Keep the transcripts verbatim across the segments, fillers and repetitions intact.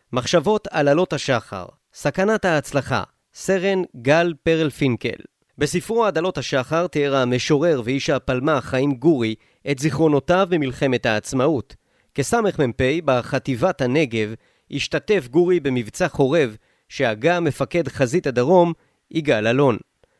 מחשבות על עלות השחר, סכנת ההצלחה, סרן גל פרל פינקל. בספרו עדלות השחר תיאר המשורר ואיש הפלמ"ח חיים גורי את זיכרונותיו במלחמת העצמאות. כסמך מ"פ בחטיבת הנגב השתתף גורי במבצע חורב שהגה מפקד חזית הדרום יגאל אלון.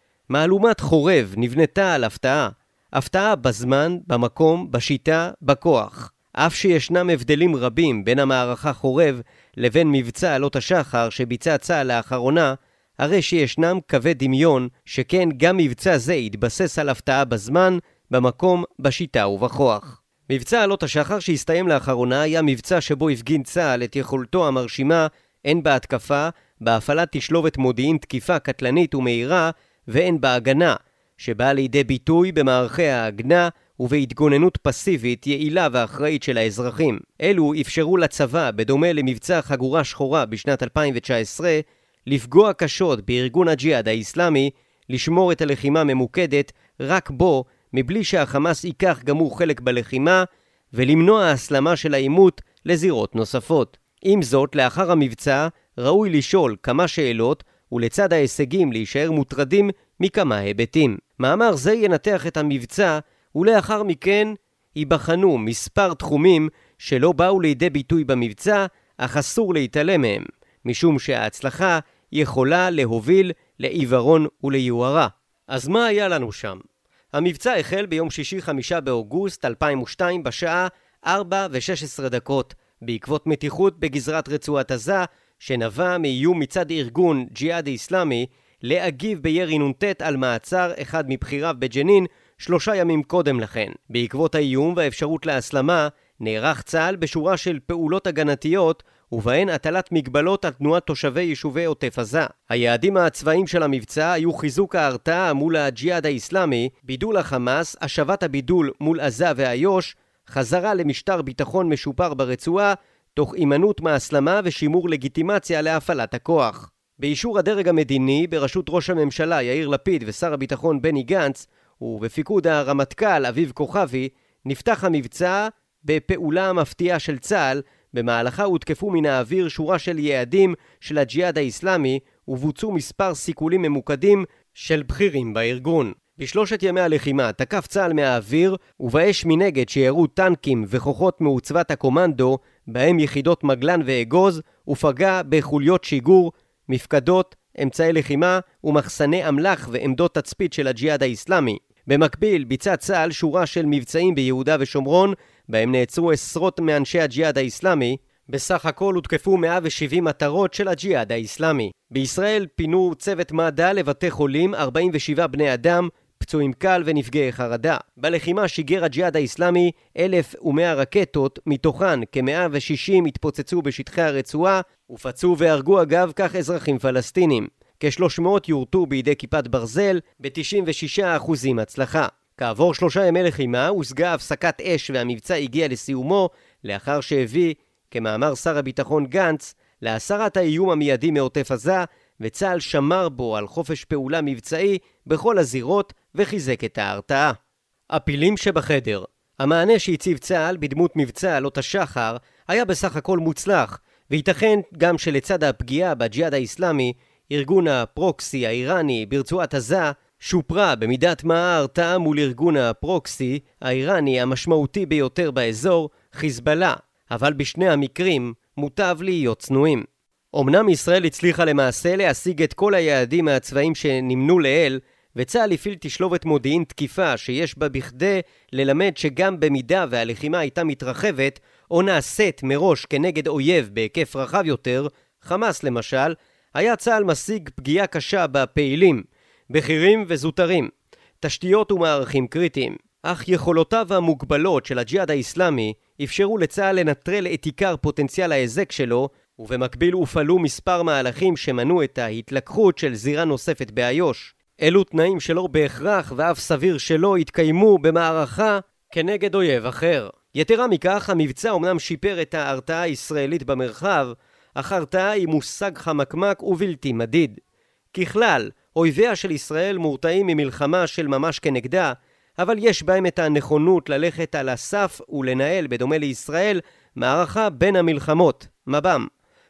מהלומת חורב נבנתה על הפתעה, הפתעה בזמן, במקום, בשיטה, בכוח. אף שישנם הבדלים רבים בין המערכה חורב לבין מבצע עלות השחר שביצע צה"ל לאחרונה, הרי שישנם קווי דמיון שכן גם מבצע זה התבסס על הפתעה בזמן, במקום, בשיטה ובכוח. מבצע עלות השחר שהסתיים לאחרונה היה מבצע שבו הפגין צה"ל את יכולתו המרשימה הן בהתקפה, בהפעלת תשלובת מודיעין תקיפה קטלנית ומהירה, והן בהגנה, שבאה לידי ביטוי במערכי ההגנה ובהתגוננות פסיבית יעילה ואחראית של האזרחים. אלו אפשרו לצבא, בדומה למבצע חגורה שחורה בשנת אלפיים תשע עשרה, לפגוע קשות בארגון הג'יהאד האסלאמי, לשמור את הלחימה ממוקדת רק בו, מבלי שהחמאס ייקח גם הוא חלק בלחימה, ולמנוע ההסלמה של העימות לזירות נוספות. עם זאת, לאחר המבצע, ראוי לשאול כמה שאלות, ולצד ההישגים להישאר מוטרדים מכמה היבטים. מאמר זה ינתח את המבצע, ולאחר מכן ייבחנו מספר תחומים שלא באו לידי ביטוי במבצע, אך אסור להתעלם מהם, משום שההצלחה יכולה להוביל לעיוורון וליוהרה. אז מה היה לנו שם? המבצע החל ביום שישי חמישה באוגוסט אלפיים ושתיים בשעה ארבע ושש עשרה דקות, בעקבות מתיחות בגזרת רצועת עזה, שנבע מאיום מצד ארגון ג'יהאד אסלאמי להגיב בירי נ"ט על מעצר אחד מבחיריו בג'נין שלושה ימים קודם לכן. בעקבות האיום והאפשרות להסלמה, נערך צה"ל בשורה של פעולות הגנתיות, ובהן הטלת מגבלות על תנועת תושבי יישובי עוטף עזה. היעדים הצבאיים של המבצע היו חיזוק ההרתעה מול הג'יהאד האסלאמי, בידול החמאס, השבת הבידול מול עזה ואיו"ש, חזרה למשטר ביטחון משופר ברצועה, תוך אימנות מהסלמה ושימור לגיטימציה להפעלת הכוח. באישור הדרג המדיני, בראשות ראש הממשלה יאיר לפיד ושר הביטחון בני גנץ, ובפיקוד הרמטכ"ל אביב כוכבי, נפתח המבצע בפעולה המפתיעה של צה"ל, במהלכה הותקפו מן האוויר שורה של יעדים של הג'יהאד האסלאמי, ובוצעו מספר סיכולים ממוקדים של בכירים בארגון. בשלושת ימי הלחימה תקף צה"ל מהאוויר, ובאש מנגד שירו טנקים וכוחות מעוצבת הקומנדו, בהם יחידות מגלן ואגוז, ופגע בחוליות שיגור, מפקדות, אמצעי לחימה ומחסני אמל"ח ועמדות תצפית של הג'יהאד האסלאמי. במקביל ביצע צה"ל שורה של מבצעים ביהודה ושומרון, בהם נעצרו עשרות מאנשי הג'יהאד האסלאמי. בסך הכל הותקפו מאה ושבעים מטרות של הג'יהאד האסלאמי. בישראל פינו צוות מד"א לבתי חולים ארבעים ושבעה בני אדם, פצועים קל ונפגעי חרדה. בלחימה שיגר הג'יהאד האסלאמי אלף ומאה רקטות, מתוכן כ-מאה ושישים התפוצצו בשטחי הרצועה, ופצעו והרגו אגב כך אזרחים פלסטינים. כ-שלוש מאות יורטו בידי כיפת ברזל, ב-תשעים ושישה אחוז הצלחה. כעבור שלושה ימי לחימה הושגה הפסקת אש והמבצע הגיע לסיומו, לאחר שהביא, כמאמר שר הביטחון גנץ, להסרת האיום המיידי מעוטף עזה, וצה"ל שמר בו על חופש פעולה מבצעי בכל הזירות וחיזק את ההרתעה. הפילים שבחדר. המענה שהציב צה"ל בדמות מבצע עלות השחר היה בסך הכל מוצלח, וייתכן גם שלצד הפגיעה בג'יהאד האסלאמי, ארגון הפרוקסי האיראני ברצועת עזה שופרה במידת מה ההרתעה מול ארגון הפרוקסי האיראני המשמעותי ביותר באזור, חיזבאללה, אבל בשני המקרים מוטב להיות צנועים. אמנם ישראל הצליחה למעשה להשיג את כל היעדים הצבאיים שנמנו לעיל, וצה"ל הפעיל תשלובת מודיעין תקיפה שיש בה בכדי ללמד שגם במידה והלחימה הייתה מתרחבת או נעשית מראש כנגד אויב בהיקף רחב יותר, חמאס למשל, היה צה"ל משיג פגיעה קשה בפעילים, בכירים וזוטרים, תשתיות ומערכים קריטיים. אך יכולותיו המוגבלות של הג'יהאד האסלאמי אפשרו לצה"ל לנטרל את עיקר פוטנציאל ההיזק שלו, ובמקביל הופעלו מספר מהלכים שמנעו את ההתלקחות של זירה נוספת באיו"ש. אלו תנאים שלא בהכרח ואף סביר שלא התקיימו במערכה כנגד אויב אחר. יתרה מכך, המבצע אומנם שיפר את ההרתעה הישראלית במרחב, אך הרתעה היא מושג חמקמק ובלתי מדיד. ככלל, אויביה של ישראל מורתעים ממלחמה של ממש כנגדה, אבל יש בהם את הנכונות ללכת על הסף ולנהל, בדומה לישראל, מערכה בין המלחמות, מב"ם.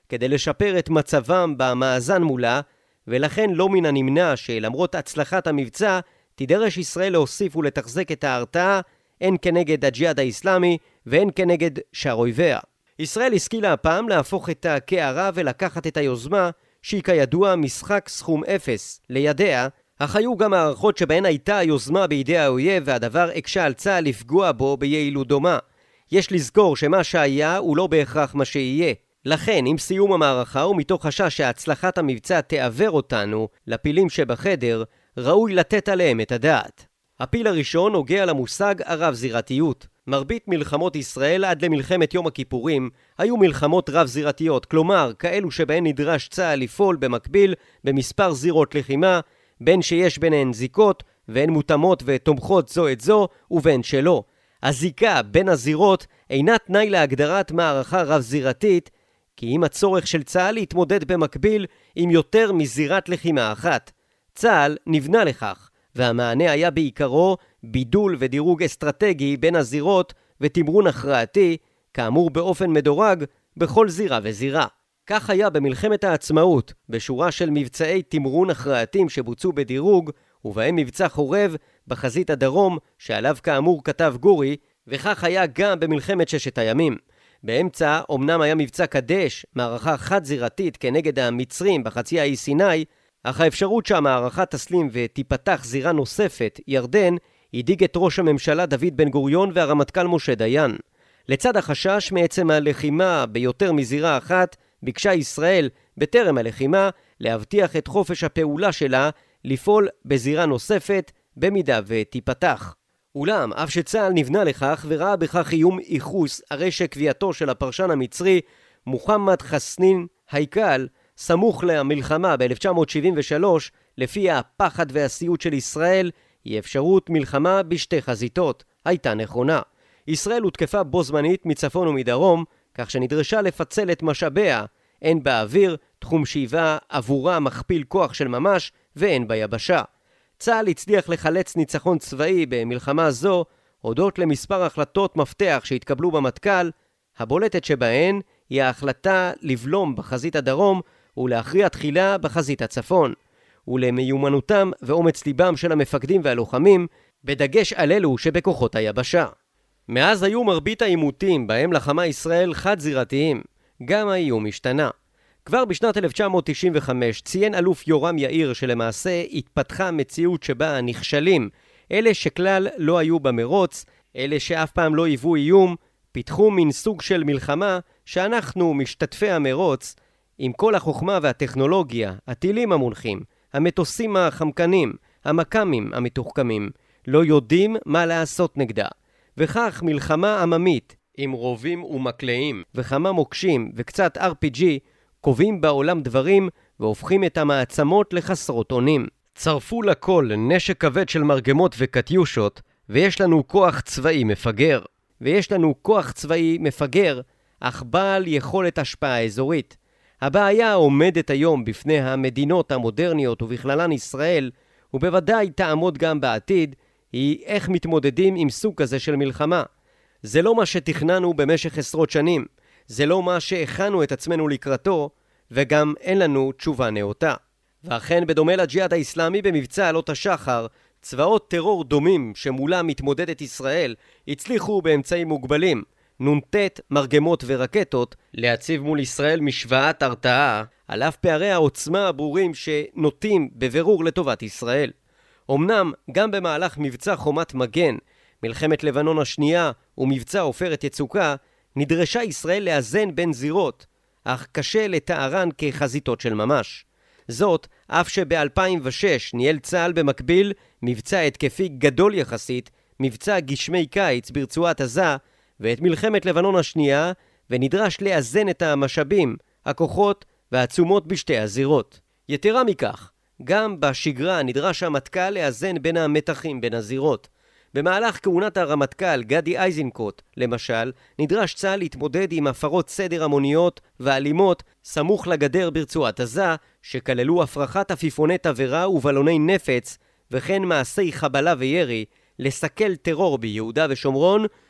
כדי לשפר את מצבם במאזן מולה, ולכן לא מן הנמנע שלמרות הצלחת המבצע, תידרש ישראל להוסיף ולתחזק את ההרתעה, הן כנגד הג'יהאד האסלאמי והן כנגד שאר אויביה. ישראל השכילה הפעם להפוך את הקערה ולקחת את היוזמה, שהיא כידוע משחק סכום אפס לידיה, אך היו גם הערכות שבהן הייתה היוזמה בידי האויב והדבר הקשה על צה"ל לפגוע בו ביעילות דומה. יש לזכור שמה שהיה הוא לא בהכרח מה שיהיה. לכן, עם סיום המערכה ומתוך חשש שהצלחת המבצע תעבר אותנו לפילים שבחדר, ראוי לתת עליהם את הדעת. הפיל הראשון נוגע למושג הרב-זירתיות. מרבית מלחמות ישראל עד למלחמת יום הכיפורים היו מלחמות רב-זירתיות, כלומר כאלו שבהן נדרש צה"ל לפעול במקביל במספר זירות לחימה, בין שיש ביניהן זיקות והן מותאמות ותומכות זו את זו ובין שלא. הזיקה בין הזירות אינה תנאי להגדרת מערכה רב-זירתית, כי אם הצורך של צה"ל להתמודד במקביל עם יותר מזירת לחימה אחת. צה"ל נבנה לכך, והמענה היה בעיקרו בידול ודירוג אסטרטגי בין הזירות ותמרון הכרעתי, כאמור באופן מדורג, בכל זירה וזירה. כך היה במלחמת העצמאות, בשורה של מבצעי תמרון הכרעתים שבוצעו בדירוג, ובהם מבצע חורב בחזית הדרום, שעליו כאמור כתב גורי, וכך היה גם במלחמת ששת הימים. באמצע אומנם היה מבצע קדש, מערכה חד-זירתית כנגד המצרים בחצי האי סיני, אך האפשרות שהמערכה תסלים ותיפתח זירה נוספת, ירדן, הדאיג את ראש הממשלה דוד בן גוריון והרמטכ"ל משה דיין. לצד החשש מעצם הלחימה ביותר מזירה אחת, ביקשה ישראל בטרם הלחימה להבטיח את חופש הפעולה שלה לפעול בזירה נוספת במידה ותיפתח. אולם, אף שצה"ל נבנה לכך וראה בכך איום איחוס, הרי שקביעתו של הפרשן המצרי מוחמד חסנין הייקל, סמוך למלחמה ב-אלף תשע מאות שבעים ושלוש, לפי הפחד והסיוט של ישראל, היא אפשרות מלחמה בשתי חזיתות, הייתה נכונה. ישראל הותקפה בו זמנית מצפון ומדרום, כך שנדרשה לפצל את משאביה, הן באוויר, תחום שאיבה עבורה מכפיל כוח של ממש, והן ביבשה. צה"ל הצליח לחלץ ניצחון צבאי במלחמה זו, הודות למספר החלטות מפתח שהתקבלו במטכ"ל, הבולטת שבהן היא ההחלטה לבלום בחזית הדרום ולהכריע תחילה בחזית הצפון, ולמיומנותם ואומץ ליבם של המפקדים והלוחמים, בדגש על אלו שבכוחות היבשה. מאז היו מרבית העימותים בהם לחמה ישראל חד-זירתיים, גם האיום השתנה. כבר בשנת אלף תשע מאות תשעים וחמש ציין אלוף יורם יאיר שלמעשה התפתחה מציאות שבה הנכשלים, אלה שכלל לא היו במרוץ, אלה שאף פעם לא היוו איום, פיתחו מין סוג של מלחמה שאנחנו, משתתפי המרוץ, עם כל החוכמה והטכנולוגיה, הטילים המונחים, המטוסים החמקנים, המקמים המתוחכמים, לא יודעים מה לעשות נגדה. וכך מלחמה עממית, עם רובים ומקלעים וכמה מוקשים וקצת אר פי ג'י, קובעים בעולם דברים והופכים את המעצמות לחסרות אונים. צרפו לכל נשק כבד של מרגמות וקטיושות, ויש לנו כוח צבאי מפגר. ויש לנו כוח צבאי מפגר, אך בעל יכולת השפעה אזורית. הבעיה העומדת היום בפני המדינות המודרניות ובכללן ישראל, ובוודאי תעמוד גם בעתיד, היא איך מתמודדים עם סוג כזה של מלחמה. זה לא מה שתכננו במשך עשרות שנים, זה לא מה שהכנו את עצמנו לקראתו, וגם אין לנו תשובה נאותה. ואכן, בדומה לג'יהאד האסלאמי במבצע עלות השחר, צבאות טרור דומים שמולם מתמודדת ישראל הצליחו באמצעים מוגבלים, נונטט, מרגמות ורקטות, להציב מול ישראל משוואת הרתעה, על אף פערי העוצמה הברורים שנוטים בבירור לטובת ישראל. אמנם גם במהלך מבצע חומת מגן, מלחמת לבנון השנייה ומבצע עופרת יצוקה, נדרשה ישראל לאזן בין זירות, אך קשה לתארן כחזיתות של ממש. זאת, אף שב-אלפיים ושש ניהל צה"ל במקביל מבצע התקפי גדול יחסית, מבצע גשמי קיץ ברצועת עזה, ואת מלחמת לבנון השנייה, ונדרש לאזן את המשאבים, הכוחות והעצומות בשתי הזירות. יתרה מכך, גם בשגרה נדרש המטכ"ל לאזן בין המתחים בין הזירות. במהלך כהונת הרמטכ"ל גדי איזנקוט, למשל, נדרש צה"ל להתמודד עם הפרות סדר המוניות ואלימות סמוך לגדר ברצועת עזה, שכללו הפרחת עפיפוני תבערה ובלוני נפץ, וכן מעשי חבלה וירי, לסכל טרור ביהודה ושומרון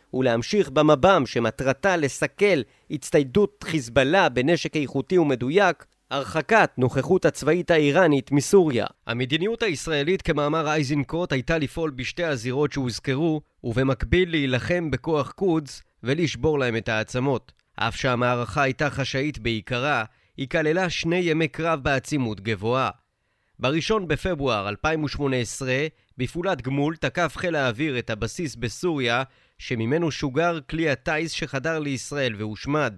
ולהמשיך במב"ם שמטרתה לסכל הצטיידות חיזבאללה בנשק איכותי ומדויק, הרחקת נוכחות הצבאית האיראנית מסוריה. המדיניות הישראלית, כמאמר אייזנקוט, הייתה לפעול בשתי הזירות שהוזכרו, ובמקביל להילחם בכוח קודס ולשבור להם את העצמות. אף שהמערכה הייתה חשאית בעיקרה, היא כללה שני ימי קרב בעצימות גבוהה. בראשון בפברואר אלפיים ושמונה עשרה, בפעולת גמול תקף חיל האוויר את הבסיס בסוריה, שממנו שוגר כלי הטייס שחדר לישראל והושמד.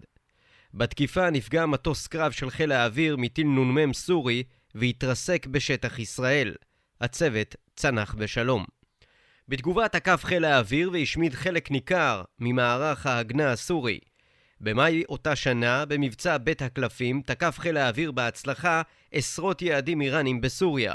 בתקיפה נפגע מטוס קרב של חיל האוויר מטיל נ"מ סורי והתרסק בשטח ישראל. הצוות צנח בשלום. בתגובה תקף חיל האוויר והשמיד חלק ניכר ממערך ההגנה הסורי. במאי אותה שנה, במבצע בית הקלפים, תקף חיל האוויר בהצלחה עשרות יעדים איראנים בסוריה.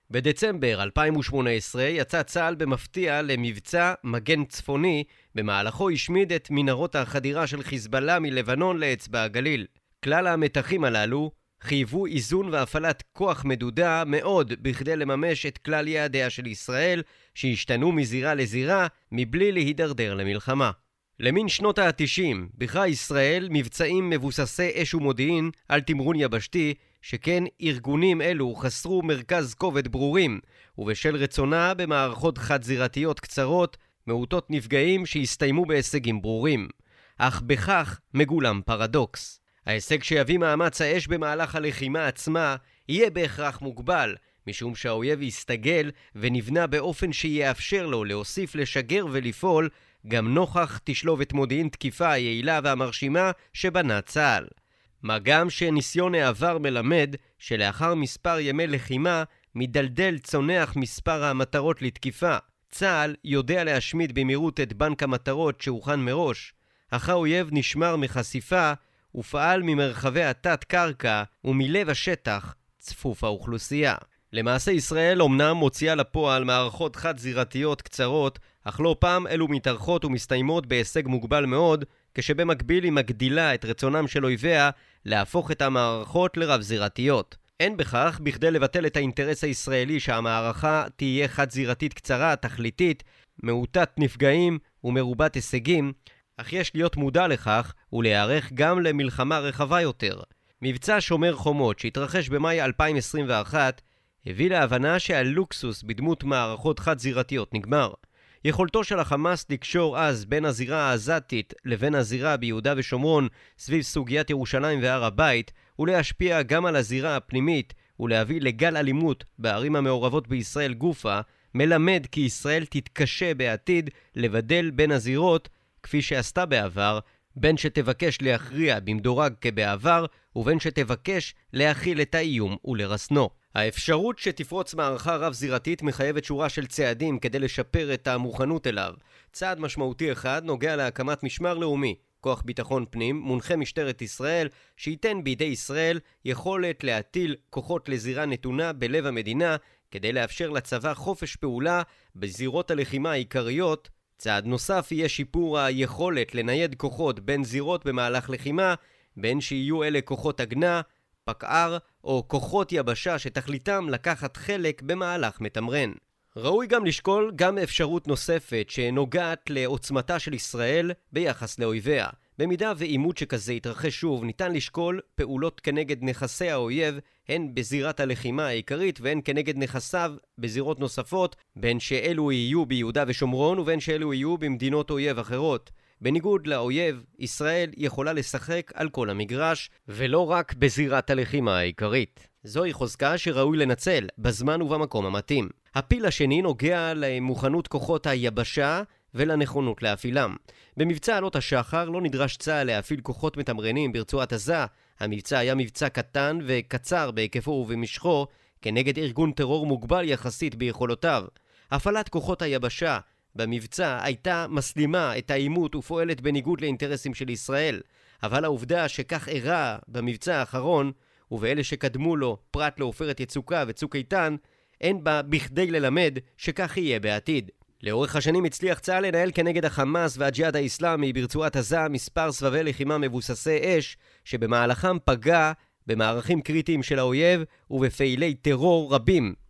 בדצמבר אלפיים ושמונה עשרה יצא צה"ל במפתיע למבצע מגן צפוני, במהלכו השמיד את מנהרות החדירה של חיזבאללה מלבנון לאצבע הגליל. כלל המתחים הללו חייבו איזון והפעלת כוח מדודה מאוד בכדי לממש את כלל יעדיה של ישראל, שהשתנו מזירה לזירה מבלי להידרדר למלחמה. למין שנות ה-תשעים בחרה ישראל מבצעים מבוססי אש ומודיעין על תמרון יבשתי, שכן ארגונים אלו חסרו מרכז כובד ברורים, ובשל רצונה במערכות חד-זירתיות קצרות, מעוטות נפגעים שהסתיימו בהישגים ברורים. אך בכך מגולם פרדוקס. ההישג שיביא מאמץ האש במהלך הלחימה עצמה יהיה בהכרח מוגבל, משום שהאויב יסתגל ונבנה באופן שיאפשר לו להוסיף לשגר ולפעול, גם נוכח תשלובת מודיעין תקיפה היעילה והמרשימה שבנה צה"ל. מה גם שניסיון העבר מלמד שלאחר מספר ימי לחימה מדלדל צונח מספר המטרות לתקיפה. צה"ל יודע להשמיד במהירות את בנק המטרות שהוכן מראש, אך האויב נשמר מחשיפה ופעל ממרחבי התת קרקע ומלב השטח צפוף האוכלוסייה. למעשה ישראל אומנם מוציאה לפועל מערכות חד-זירתיות קצרות, אך לא פעם אלו מתארכות ומסתיימות בהישג מוגבל מאוד, כשבמקביל היא מגדילה את רצונם של אויביה להפוך את המערכות לרב-זירתיות. אין בכך בכדי לבטל את האינטרס הישראלי שהמערכה תהיה חד-זירתית קצרה, תכליתית, מעוטת נפגעים ומרובת הישגים, אך יש להיות מודע לכך ולהיערך גם למלחמה רחבה יותר. מבצע שומר חומות שהתרחש במאי אלפיים עשרים ואחת הביא להבנה שהלוקסוס בדמות מערכות חד-זירתיות נגמר. יכולתו של החמאס לקשור אז בין הזירה העזתית לבין הזירה ביהודה ושומרון סביב סוגיית ירושלים והר הבית, ולהשפיע גם על הזירה הפנימית ולהביא לגל אלימות בערים המעורבות בישראל גופה, מלמד כי ישראל תתקשה בעתיד לבדל בין הזירות כפי שעשתה בעבר, בין שתבקש להכריע במדורג כבעבר ובין שתבקש להכיל את האיום ולרסנו. האפשרות שתפרוץ מערכה רב-זירתית מחייבת שורה של צעדים כדי לשפר את המוכנות אליו. צעד משמעותי אחד נוגע להקמת משמר לאומי, כוח ביטחון פנים, מונחה משטרת ישראל, שייתן בידי ישראל יכולת להטיל כוחות לזירה נתונה בלב המדינה, כדי לאפשר לצבא חופש פעולה בזירות הלחימה העיקריות. צעד נוסף יהיה שיפור היכולת לנייד כוחות בין זירות במהלך לחימה, בין שיהיו אלה כוחות הגנה, פקער או כוחות יבשה שתכליתם לקחת חלק במהלך מתמרן. ראוי גם לשקול גם אפשרות נוספת שנוגעת לעוצמתה של ישראל ביחס לאויביה. במידה ועימות שכזה יתרחש שוב, ניתן לשקול פעולות כנגד נכסי האויב, הן בזירת הלחימה העיקרית והן כנגד נכסיו בזירות נוספות, בין שאלו יהיו ביהודה ושומרון ובין שאלו יהיו במדינות אויב אחרות. בניגוד לאויב, ישראל יכולה לשחק על כל המגרש, ולא רק בזירת הלחימה העיקרית. זוהי חוזקה שראוי לנצל, בזמן ובמקום המתאים. הפיל השני נוגע למוכנות כוחות היבשה ולנכונות להפעילם. במבצע עלות השחר לא נדרש צה"ל להפעיל כוחות מתמרנים ברצועת עזה. המבצע היה מבצע קטן וקצר בהיקפו ובמשכו, כנגד ארגון טרור מוגבל יחסית ביכולותיו. הפעלת כוחות היבשה במבצע הייתה מסלימה את העימות ופועלת בניגוד לאינטרסים של ישראל, אבל העובדה שכך אירע במבצע האחרון ובאלה שקדמו לו פרט לעופרת יצוקה וצוק איתן, אין בה בכדי ללמד שכך יהיה בעתיד. לאורך השנים הצליח צה"ל לנהל כנגד החמאס והג'יהאד האסלאמי ברצועת עזה מספר סבבי לחימה מבוססי אש, שבמהלכם פגע במערכים קריטיים של האויב ובפעילי טרור רבים.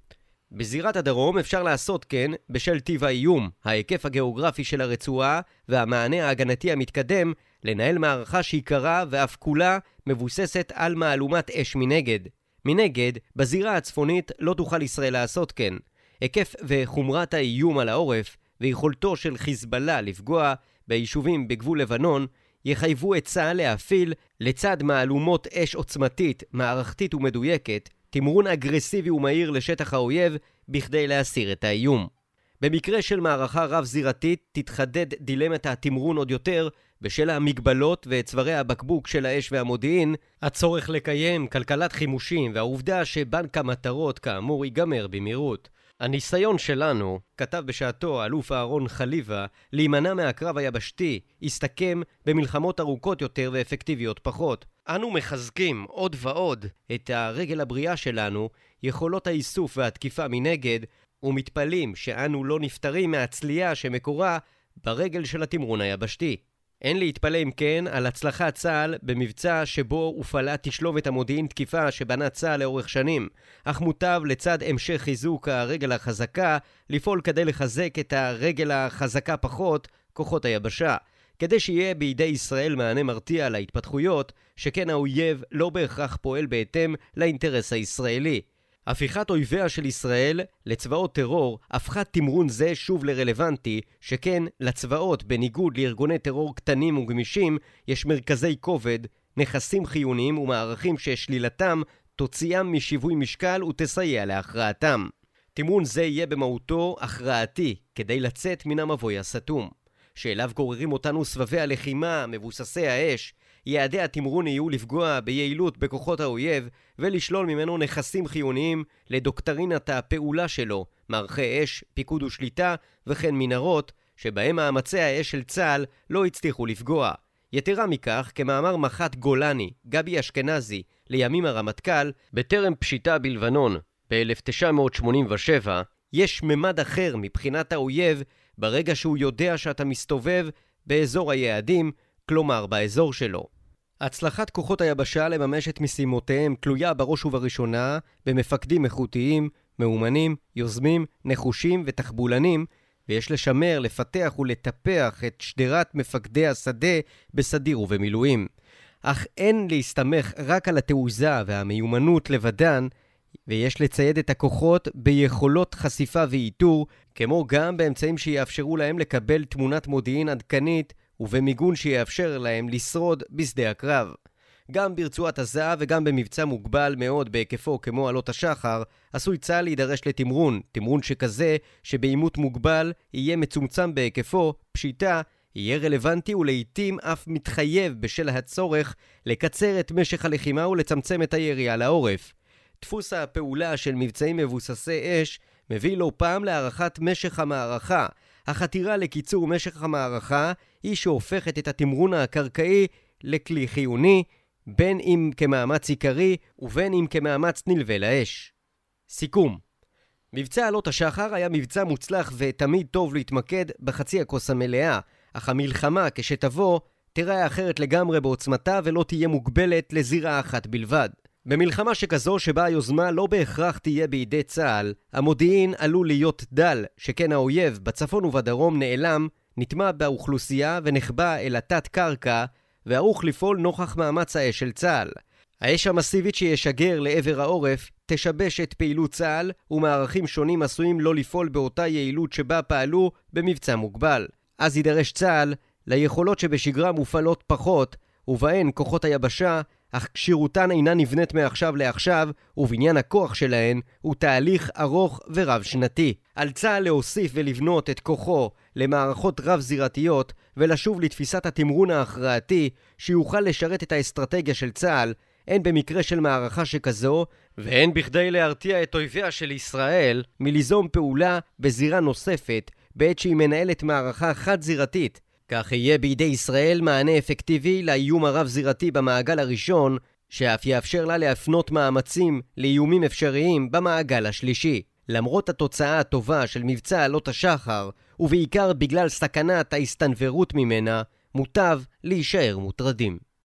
בזירת הדרום אפשר לעשות כן בשל טיב האיום, ההיקף הגיאוגרפי של הרצועה והמענה ההגנתי המתקדם, לנהל מערכה שעיקרה ואף כולה מבוססת על מהלומת אש מנגד. מנגד, בזירה הצפונית לא תוכל ישראל לעשות כן. היקף וחומרת האיום על העורף ויכולתו של חיזבאללה לפגוע ביישובים בגבול לבנון יחייבו את צה"ל להפעיל, לצד מהלומות אש עוצמתית, מערכתית ומדויקת, תמרון אגרסיבי ומהיר לשטח האויב בכדי להסיר את האיום. במקרה של מערכה רב-זירתית תתחדד דילמת התמרון עוד יותר בשל המגבלות וצווארי הבקבוק של האש והמודיעין, הצורך לקיים כלכלת חימושים והעובדה שבנק המטרות כאמור ייגמר במהירות. הניסיון שלנו, כתב בשעתו אלוף אהרון חליבה, להימנע מהקרב היבשתי, הסתכם במלחמות ארוכות יותר ואפקטיביות פחות. אנו מחזקים עוד ועוד את הרגל הבריאה שלנו, יכולות האיסוף והתקיפה מנגד, ומתפלים שאנו לא נפטרים מהצלייה שמקורה ברגל של התמרון היבשתי. אין להתפלא אם כן על הצלחת צה"ל במבצע שבו הופעלה תשלובת המודיעין תקיפה שבנה צה"ל לאורך שנים, אך מוטב לצד המשך חיזוק הרגל החזקה לפעול כדי לחזק את הרגל החזקה פחות, כוחות היבשה, כדי שיהיה בידי ישראל מענה מרתיע להתפתחויות, שכן האויב לא בהכרח פועל בהתאם לאינטרס הישראלי. הפיכת אויביה של ישראל לצבאות טרור הפכה תמרון זה שוב לרלוונטי, שכן לצבאות בניגוד לארגוני טרור קטנים וגמישים יש מרכזי כובד, נכסים חיוניים ומערכים ששלילתם תוציאם משיווי משקל ותסייע להכרעתם. תמרון זה יהיה במהותו הכרעתי כדי לצאת מן המבוי הסתום, שאליו גוררים אותנו סבבי הלחימה, מבוססי האש. יעדי התמרון יהיו לפגוע ביעילות בכוחות האויב ולשלול ממנו נכסים חיוניים לדוקטרינת הפעולה שלו, מערכי אש, פיקוד ושליטה וכן מנהרות, שבהם מאמצי האש של צה"ל לא הצליחו לפגוע. יתרה מכך, כמאמר מח"ט גולני, גבי אשכנזי, לימים הרמטכ"ל, בטרם פשיטה בלבנון ב-אלף תשע מאות שמונים ושבע, יש ממד אחר מבחינת האויב ברגע שהוא יודע שאתה מסתובב באזור היעדים, כלומר באזור שלו. הצלחת כוחות היבשה לממש את משימותיהם תלויה בראש ובראשונה במפקדים איכותיים, מאומנים, יוזמים, נחושים ותחבולנים, ויש לשמר, לפתח ולטפח את שדרת מפקדי השדה בסדיר ובמילואים. אך אין להסתמך רק על התעוזה והמיומנות לבדן, ויש לצייד את הכוחות ביכולות חשיפה ואיתור, כמו גם באמצעים שיאפשרו להם לקבל תמונת מודיעין עדכנית ובמיגון שיאפשר להם לשרוד בשדה הקרב. גם ברצועת עזה וגם במבצע מוגבל מאוד בהיקפו כמו עלות השחר, עשוי צה"ל להידרש לתמרון, תמרון שכזה שבאימות מוגבל יהיה מצומצם בהיקפו, פשיטה, יהיה רלוונטי ולעיתים אף מתחייב בשל הצורך לקצר את משך הלחימה ולצמצם את היריעה לעורף. דפוס הפעולה של מבצעים מבוססי אש מביא לא פעם להארכת משך המערכה. החתירה לקיצור משך המערכה היא שהופכת את התמרון הקרקעי לכלי חיוני, בין אם כמאמץ עיקרי ובין אם כמאמץ נלווה לאש. סיכום: מבצע עלות השחר היה מבצע מוצלח ותמיד טוב להתמקד בחצי הכוס המלאה, אך המלחמה כשתבוא תראה אחרת לגמרי בעוצמתה ולא תהיה מוגבלת לזירה אחת בלבד. במלחמה שכזו שבה היוזמה לא בהכרח תהיה בידי צה"ל, המודיעין עלול להיות דל, שכן האויב בצפון ובדרום נעלם, נטמע באוכלוסייה ונחבא אל התת קרקע, וערוך לפעול נוכח מאמץ האש של צה"ל. האש המסיבית שישגר לעבר העורף תשבש את פעילות צה"ל, ומערכים שונים עשויים לא לפעול באותה יעילות שבה פעלו במבצע מוגבל. אז יידרש צה"ל ליכולות שבשגרה מופעלות פחות, ובהן כוחות היבשה, אך קשירותן אינה נבנית מעכשיו לעכשיו, ובניין הכוח שלהן הוא תהליך ארוך ורב שנתי. על צה"ל להוסיף ולבנות את כוחו למערכות רב-זירתיות, ולשוב לתפיסת התמרון ההכרעתי, שיוכל לשרת את האסטרטגיה של צה"ל, הן במקרה של מערכה שכזו, והן בכדי להרתיע את אויביה של ישראל מליזום פעולה בזירה נוספת, בעת שהיא מנהלת מערכה חד-זירתית. כך יהיה בידי ישראל מענה אפקטיבי לאיום הרב-זירתי במעגל הראשון, שאף יאפשר לה להפנות מאמצים לאיומים אפשריים במעגל השלישי. למרות התוצאה הטובה של מבצע עלות השחר, ובעיקר בגלל סכנת ההסתנוורות ממנה, מוטב להישאר מוטרדים.